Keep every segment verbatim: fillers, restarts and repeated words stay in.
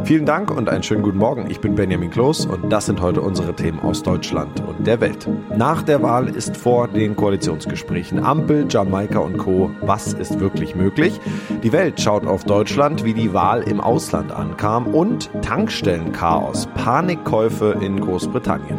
Vielen Dank und einen schönen guten Morgen. Ich bin Benjamin Kloß und das sind heute unsere Themen aus Deutschland und der Welt. Nach der Wahl ist vor den Koalitionsgesprächen Ampel, Jamaika und Co. Was ist wirklich möglich? Die Welt schaut auf Deutschland, wie die Wahl im Ausland ankam und Tankstellenchaos, Panikkäufe in Großbritannien.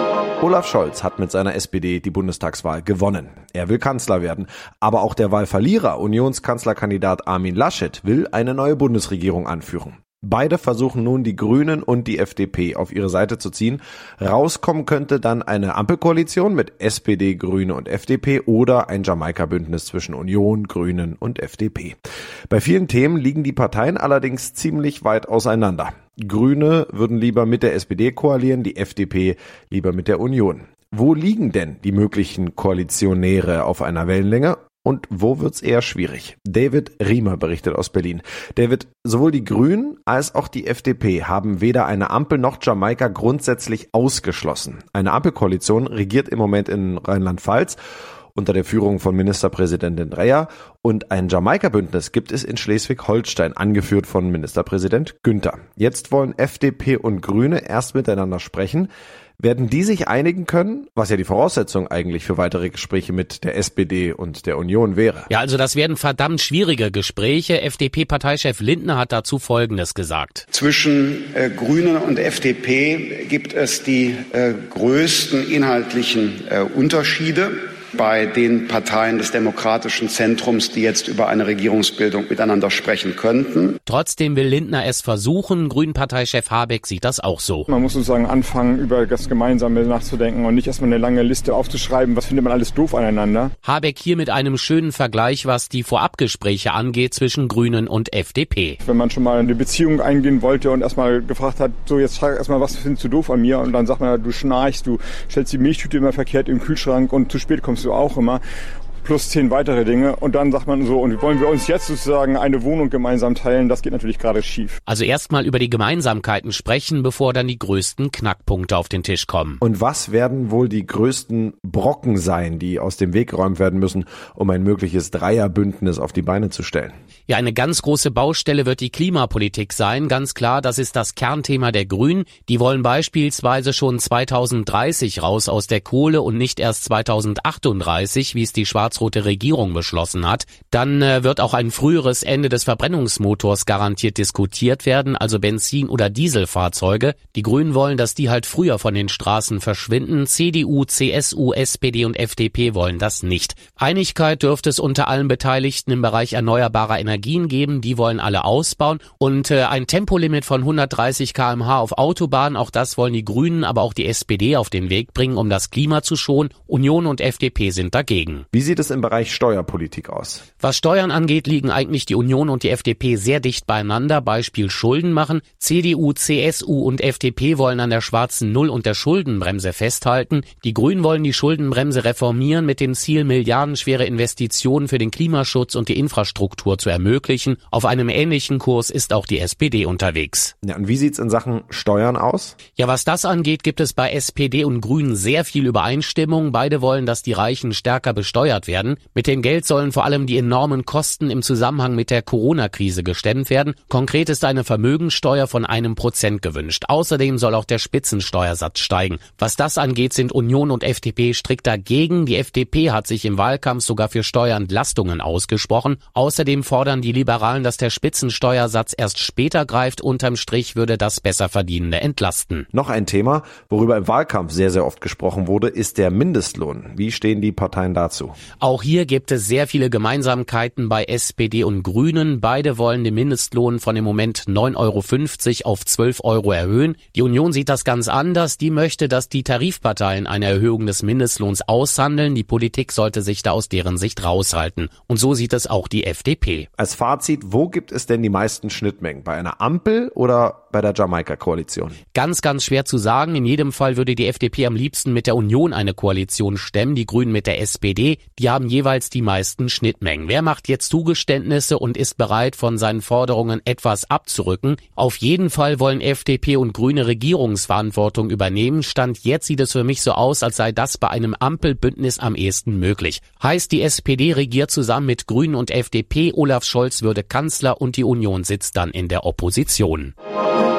Olaf Scholz hat mit seiner S P D die Bundestagswahl gewonnen. Er will Kanzler werden. Aber auch der Wahlverlierer, Unionskanzlerkandidat Armin Laschet, will eine neue Bundesregierung anführen. Beide versuchen nun, die Grünen und die F D P auf ihre Seite zu ziehen. Rauskommen könnte dann eine Ampelkoalition mit S P D, Grüne und F D P oder ein Jamaika-Bündnis zwischen Union, Grünen und F D P. Bei vielen Themen liegen die Parteien allerdings ziemlich weit auseinander. Grüne würden lieber mit der S P D koalieren, die F D P lieber mit der Union. Wo liegen denn die möglichen Koalitionäre auf einer Wellenlänge? Und wo wird's eher schwierig? David Riemer berichtet aus Berlin. David, sowohl die Grünen als auch die F D P haben weder eine Ampel noch Jamaika grundsätzlich ausgeschlossen. Eine Ampelkoalition regiert im Moment in Rheinland-Pfalz unter der Führung von Ministerpräsidentin Dreyer und ein Jamaika-Bündnis gibt es in Schleswig-Holstein, angeführt von Ministerpräsident Günther. Jetzt wollen F D P und Grüne erst miteinander sprechen. Werden die sich einigen können, was ja die Voraussetzung eigentlich für weitere Gespräche mit der S P D und der Union wäre? Ja, also das werden verdammt schwierige Gespräche. F D P-Parteichef Lindner hat dazu Folgendes gesagt. Zwischen äh, Grünen und F D P gibt es die äh, größten inhaltlichen äh, Unterschiede bei den Parteien des demokratischen Zentrums, die jetzt über eine Regierungsbildung miteinander sprechen könnten. Trotzdem will Lindner es versuchen. Grünen-Parteichef Habeck sieht das auch so. Man muss sozusagen anfangen, über das Gemeinsame nachzudenken und nicht erstmal eine lange Liste aufzuschreiben, was findet man alles doof aneinander. Habeck hier mit einem schönen Vergleich, was die Vorabgespräche angeht zwischen Grünen und F D P. Wenn man schon mal eine Beziehung eingehen wollte und erstmal gefragt hat, so jetzt frag erstmal, was findest du doof an mir? Und dann sagt man, du schnarchst, du stellst die Milchtüte immer verkehrt im Kühlschrank und zu spät kommst du auch immer. Plus zehn weitere Dinge. Und dann sagt man so, und wollen wir uns jetzt sozusagen eine Wohnung gemeinsam teilen? Das geht natürlich gerade schief. Also erstmal über die Gemeinsamkeiten sprechen, bevor dann die größten Knackpunkte auf den Tisch kommen. Und was werden wohl die größten Brocken sein, die aus dem Weg geräumt werden müssen, um ein mögliches Dreierbündnis auf die Beine zu stellen? Ja, eine ganz große Baustelle wird die Klimapolitik sein. Ganz klar, das ist das Kernthema der Grünen. Die wollen beispielsweise schon zweitausenddreißig raus aus der Kohle und nicht erst zweitausendachtunddreißig, wie es die schwarz-rote Regierung beschlossen hat. Dann äh, wird auch ein früheres Ende des Verbrennungsmotors garantiert diskutiert werden, also Benzin- oder Dieselfahrzeuge. Die Grünen wollen, dass die halt früher von den Straßen verschwinden. C D U, C S U, S P D und F D P wollen das nicht. Einigkeit dürfte es unter allen Beteiligten im Bereich erneuerbarer Energien geben, die wollen alle ausbauen und äh, ein Tempolimit von hundertdreißig Kilometer pro Stunde auf Autobahnen, auch das wollen die Grünen, aber auch die S P D auf den Weg bringen, um das Klima zu schonen. Union und F D P sind dagegen. Wie sieht es im Bereich Steuerpolitik aus? Was Steuern angeht, liegen eigentlich die Union und die F D P sehr dicht beieinander. Beispiel Schulden machen. C D U, C S U und F D P wollen an der schwarzen Null und der Schuldenbremse festhalten. Die Grünen wollen die Schuldenbremse reformieren mit dem Ziel, milliardenschwere Investitionen für den Klimaschutz und die Infrastruktur zu ermöglichen. Auf einem ähnlichen Kurs ist auch die S P D unterwegs. Ja, und wie sieht's in Sachen Steuern aus? Ja, was das angeht, gibt es bei S P D und Grünen sehr viel Übereinstimmung. Beide wollen, dass die Reichen stärker besteuert werden. Mit dem Geld sollen vor allem die enormen Kosten im Zusammenhang mit der Corona-Krise gestemmt werden. Konkret ist eine Vermögensteuer von einem Prozent gewünscht. Außerdem soll auch der Spitzensteuersatz steigen. Was das angeht, sind Union und F D P strikt dagegen. Die F D P hat sich im Wahlkampf sogar für Steuerentlastungen ausgesprochen. Außerdem fordern die Liberalen, dass der Spitzensteuersatz erst später greift. Unterm Strich würde das Besserverdienende entlasten. Noch ein Thema, worüber im Wahlkampf sehr, sehr oft gesprochen wurde, ist der Mindestlohn. Wie stehen die Parteien dazu? Auch hier gibt es sehr viele Gemeinsamkeiten bei S P D und Grünen. Beide wollen den Mindestlohn von im Moment neun Euro fünfzig auf zwölf Euro erhöhen. Die Union sieht das ganz anders. Die möchte, dass die Tarifparteien eine Erhöhung des Mindestlohns aushandeln. Die Politik sollte sich da aus deren Sicht raushalten. Und so sieht es auch die F D P. Als Fazit, wo gibt es denn die meisten Schnittmengen? Bei einer Ampel oder bei der Jamaika-Koalition? Ganz, ganz schwer zu sagen. In jedem Fall würde die F D P am liebsten mit der Union eine Koalition stemmen, die Grünen mit der S P D. Die haben jeweils die meisten Schnittmengen. Wer macht jetzt Zugeständnisse und ist bereit, von seinen Forderungen etwas abzurücken? Auf jeden Fall wollen F D P und Grüne Regierungsverantwortung übernehmen. Stand jetzt sieht es für mich so aus, als sei das bei einem Ampelbündnis am ehesten möglich. Heißt, die S P D regiert zusammen mit Grünen und F D P, Olaf Scholz würde Kanzler und die Union sitzt dann in der Opposition.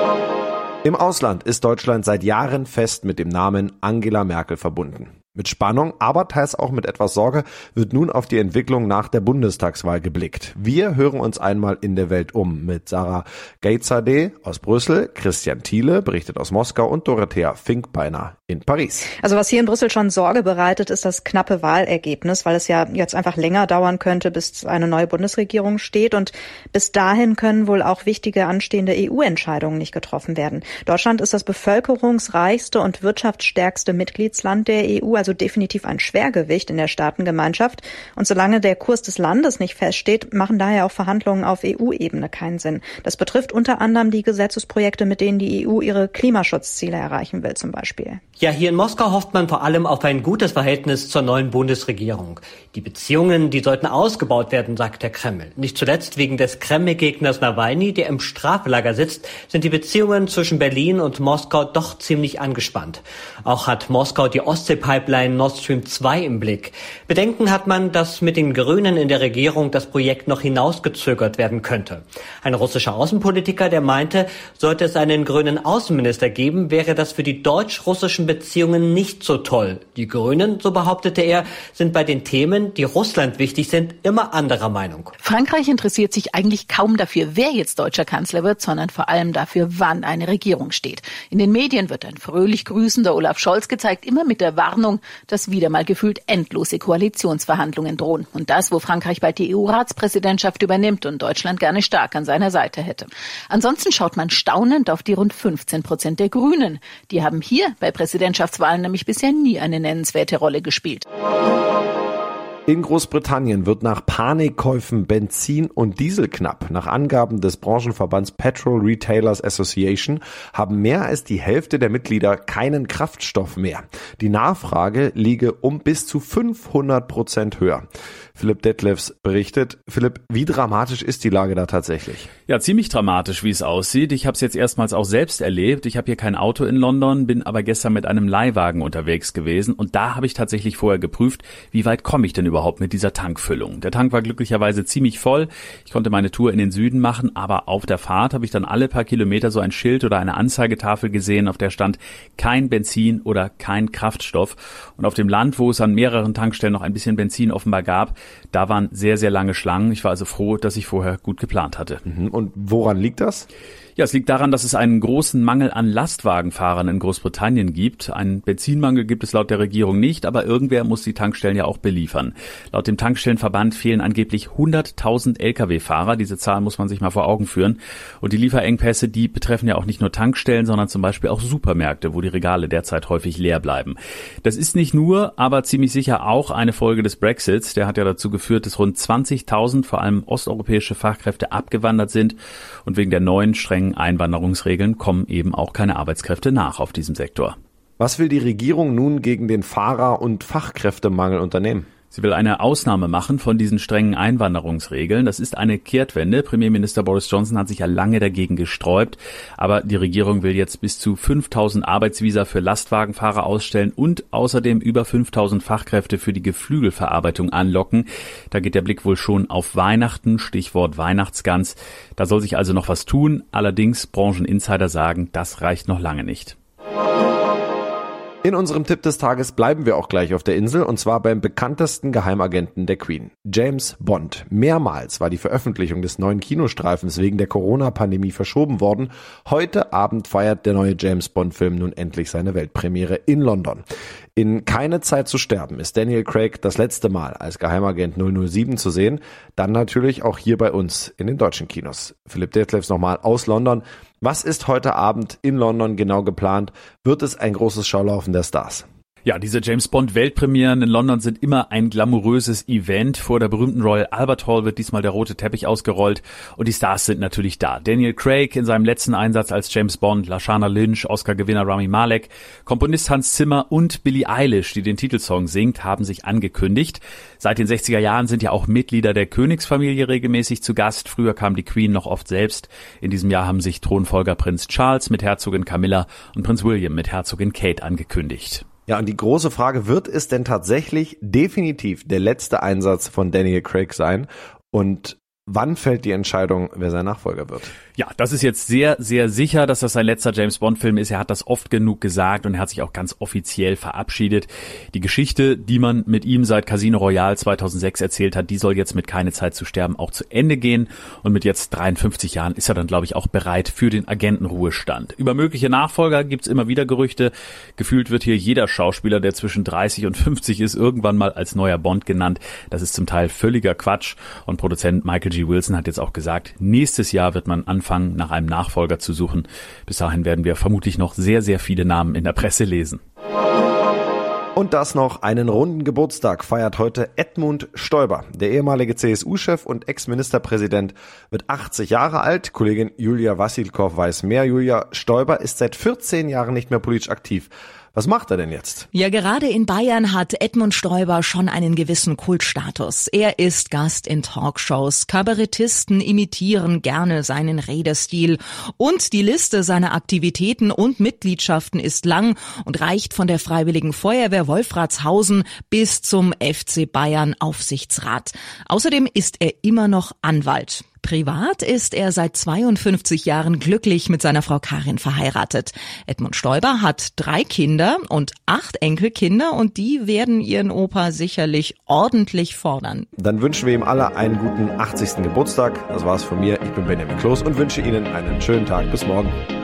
Im Ausland ist Deutschland seit Jahren fest mit dem Namen Angela Merkel verbunden. Mit Spannung, aber teils auch mit etwas Sorge wird nun auf die Entwicklung nach der Bundestagswahl geblickt. Wir hören uns einmal in der Welt um mit Sarah Gayzadeh aus Brüssel, Christian Thiele berichtet aus Moskau und Dorothea Finkbeiner in Paris. Also was hier in Brüssel schon Sorge bereitet, ist das knappe Wahlergebnis, weil es ja jetzt einfach länger dauern könnte, bis eine neue Bundesregierung steht. Und bis dahin können wohl auch wichtige anstehende E U-Entscheidungen nicht getroffen werden. Deutschland ist das bevölkerungsreichste und wirtschaftsstärkste Mitgliedsland der E U, also definitiv ein Schwergewicht in der Staatengemeinschaft. Und solange der Kurs des Landes nicht feststeht, machen daher auch Verhandlungen auf E U-Ebene keinen Sinn. Das betrifft unter anderem die Gesetzesprojekte, mit denen die E U ihre Klimaschutzziele erreichen will zum Beispiel. Ja, hier in Moskau hofft man vor allem auf ein gutes Verhältnis zur neuen Bundesregierung. Die Beziehungen, die sollten ausgebaut werden, sagt der Kreml. Nicht zuletzt wegen des Kreml-Gegners Nawalny, der im Straflager sitzt, sind die Beziehungen zwischen Berlin und Moskau doch ziemlich angespannt. Auch hat Moskau die Ostsee-Pipeline Nord Stream zwei im Blick. Bedenken hat man, dass mit den Grünen in der Regierung das Projekt noch hinausgezögert werden könnte. Ein russischer Außenpolitiker, der meinte, sollte es einen grünen Außenminister geben, wäre das für die deutsch-russischen Beziehungen nicht so toll. Die Grünen, so behauptete er, sind bei den Themen, die Russland wichtig sind, immer anderer Meinung. Frankreich interessiert sich eigentlich kaum dafür, wer jetzt deutscher Kanzler wird, sondern vor allem dafür, wann eine Regierung steht. In den Medien wird ein fröhlich grüßender Olaf Scholz gezeigt, immer mit der Warnung, dass wieder mal gefühlt endlose Koalitionsverhandlungen drohen. Und das, wo Frankreich bald die E U-Ratspräsidentschaft übernimmt und Deutschland gerne stark an seiner Seite hätte. Ansonsten schaut man staunend auf die rund fünfzehn Prozent der Grünen. Die haben hier bei Präsidentschaftswahlen nämlich bisher nie eine nennenswerte Rolle gespielt. In Großbritannien wird nach Panikkäufen Benzin und Diesel knapp. Nach Angaben des Branchenverbands Petrol Retailers Association haben mehr als die Hälfte der Mitglieder keinen Kraftstoff mehr. Die Nachfrage liege um bis zu fünfhundert Prozent höher. Philipp Detlefs berichtet. Philipp, wie dramatisch ist die Lage da tatsächlich? Ja, ziemlich dramatisch, wie es aussieht. Ich habe es jetzt erstmals auch selbst erlebt. Ich habe hier kein Auto in London, bin aber gestern mit einem Leihwagen unterwegs gewesen. Und da habe ich tatsächlich vorher geprüft, wie weit komme ich denn überhaupt mit dieser Tankfüllung. Der Tank war glücklicherweise ziemlich voll. Ich konnte meine Tour in den Süden machen, aber auf der Fahrt habe ich dann alle paar Kilometer so ein Schild oder eine Anzeigetafel gesehen, auf der stand kein Benzin oder kein Kraftstoff. Und auf dem Land, wo es an mehreren Tankstellen noch ein bisschen Benzin offenbar gab, da waren sehr, sehr lange Schlangen. Ich war also froh, dass ich vorher gut geplant hatte. Und woran liegt das? Ja, es liegt daran, dass es einen großen Mangel an Lastwagenfahrern in Großbritannien gibt. Einen Benzinmangel gibt es laut der Regierung nicht, aber irgendwer muss die Tankstellen ja auch beliefern. Laut dem Tankstellenverband fehlen angeblich hunderttausend L K W-Fahrer. Diese Zahl muss man sich mal vor Augen führen. Und die Lieferengpässe, die betreffen ja auch nicht nur Tankstellen, sondern zum Beispiel auch Supermärkte, wo die Regale derzeit häufig leer bleiben. Das ist nicht nur, aber ziemlich sicher auch eine Folge des Brexits. Der hat ja dazu geführt, dass rund zwanzigtausend, vor allem osteuropäische Fachkräfte abgewandert sind. Und wegen der neuen strengen Einwanderungsregeln kommen eben auch keine Arbeitskräfte nach auf diesem Sektor. Was will die Regierung nun gegen den Fahrer- und Fachkräftemangel unternehmen? Sie will eine Ausnahme machen von diesen strengen Einwanderungsregeln. Das ist eine Kehrtwende. Premierminister Boris Johnson hat sich ja lange dagegen gesträubt. Aber die Regierung will jetzt bis zu fünftausend Arbeitsvisa für Lastwagenfahrer ausstellen und außerdem über fünftausend Fachkräfte für die Geflügelverarbeitung anlocken. Da geht der Blick wohl schon auf Weihnachten, Stichwort Weihnachtsgans. Da soll sich also noch was tun. Allerdings, Brancheninsider sagen, das reicht noch lange nicht. In unserem Tipp des Tages bleiben wir auch gleich auf der Insel, und zwar beim bekanntesten Geheimagenten der Queen, James Bond. Mehrmals war die Veröffentlichung des neuen Kinostreifens wegen der Corona-Pandemie verschoben worden. Heute Abend feiert der neue James-Bond-Film nun endlich seine Weltpremiere in London. In Keine Zeit zu sterben ist Daniel Craig das letzte Mal als Geheimagent null null sieben zu sehen. Dann natürlich auch hier bei uns in den deutschen Kinos. Philipp Detlefs nochmal aus London. Was ist heute Abend in London genau geplant? Wird es ein großes Schaulaufen der Stars? Ja, diese James-Bond-Weltpremieren in London sind immer ein glamouröses Event. Vor der berühmten Royal Albert Hall wird diesmal der rote Teppich ausgerollt und die Stars sind natürlich da. Daniel Craig in seinem letzten Einsatz als James Bond, Lashana Lynch, Oscar-Gewinner Rami Malek, Komponist Hans Zimmer und Billie Eilish, die den Titelsong singt, haben sich angekündigt. Seit den sechziger Jahren sind ja auch Mitglieder der Königsfamilie regelmäßig zu Gast. Früher kam die Queen noch oft selbst. In diesem Jahr haben sich Thronfolger Prinz Charles mit Herzogin Camilla und Prinz William mit Herzogin Kate angekündigt. Ja, und die große Frage, wird es denn tatsächlich definitiv der letzte Einsatz von Daniel Craig sein? Und wann fällt die Entscheidung, wer sein Nachfolger wird? Ja, das ist jetzt sehr, sehr sicher, dass das sein letzter James-Bond-Film ist. Er hat das oft genug gesagt und er hat sich auch ganz offiziell verabschiedet. Die Geschichte, die man mit ihm seit Casino Royale zweitausendsechs erzählt hat, die soll jetzt mit Keine Zeit zu sterben auch zu Ende gehen. Und mit jetzt dreiundfünfzig Jahren ist er dann, glaube ich, auch bereit für den Agentenruhestand. Über mögliche Nachfolger gibt's immer wieder Gerüchte. Gefühlt wird hier jeder Schauspieler, der zwischen dreißig und fünfzig ist, irgendwann mal als neuer Bond genannt. Das ist zum Teil völliger Quatsch. Und Produzent Michael G. Wilson hat jetzt auch gesagt, nächstes Jahr wird man anfangen, nach einem Nachfolger zu suchen. Bis dahin werden wir vermutlich noch sehr, sehr viele Namen in der Presse lesen. Und das noch, einen runden Geburtstag feiert heute Edmund Stoiber. Der ehemalige C S U-Chef und Ex-Ministerpräsident wird achtzig Jahre alt. Kollegin Julia Wassilkow weiß mehr. Julia, Stoiber ist seit vierzehn Jahren nicht mehr politisch aktiv. Was macht er denn jetzt? Ja, gerade in Bayern hat Edmund Stoiber schon einen gewissen Kultstatus. Er ist Gast in Talkshows. Kabarettisten imitieren gerne seinen Redestil. Und die Liste seiner Aktivitäten und Mitgliedschaften ist lang und reicht von der Freiwilligen Feuerwehr Wolfratshausen bis zum F C Bayern Aufsichtsrat. Außerdem ist er immer noch Anwalt. Privat ist er seit zweiundfünfzig Jahren glücklich mit seiner Frau Karin verheiratet. Edmund Stoiber hat drei Kinder und acht Enkelkinder und die werden ihren Opa sicherlich ordentlich fordern. Dann wünschen wir ihm alle einen guten achtzigsten Geburtstag. Das war's von mir. Ich bin Benjamin Kloß und wünsche Ihnen einen schönen Tag. Bis morgen.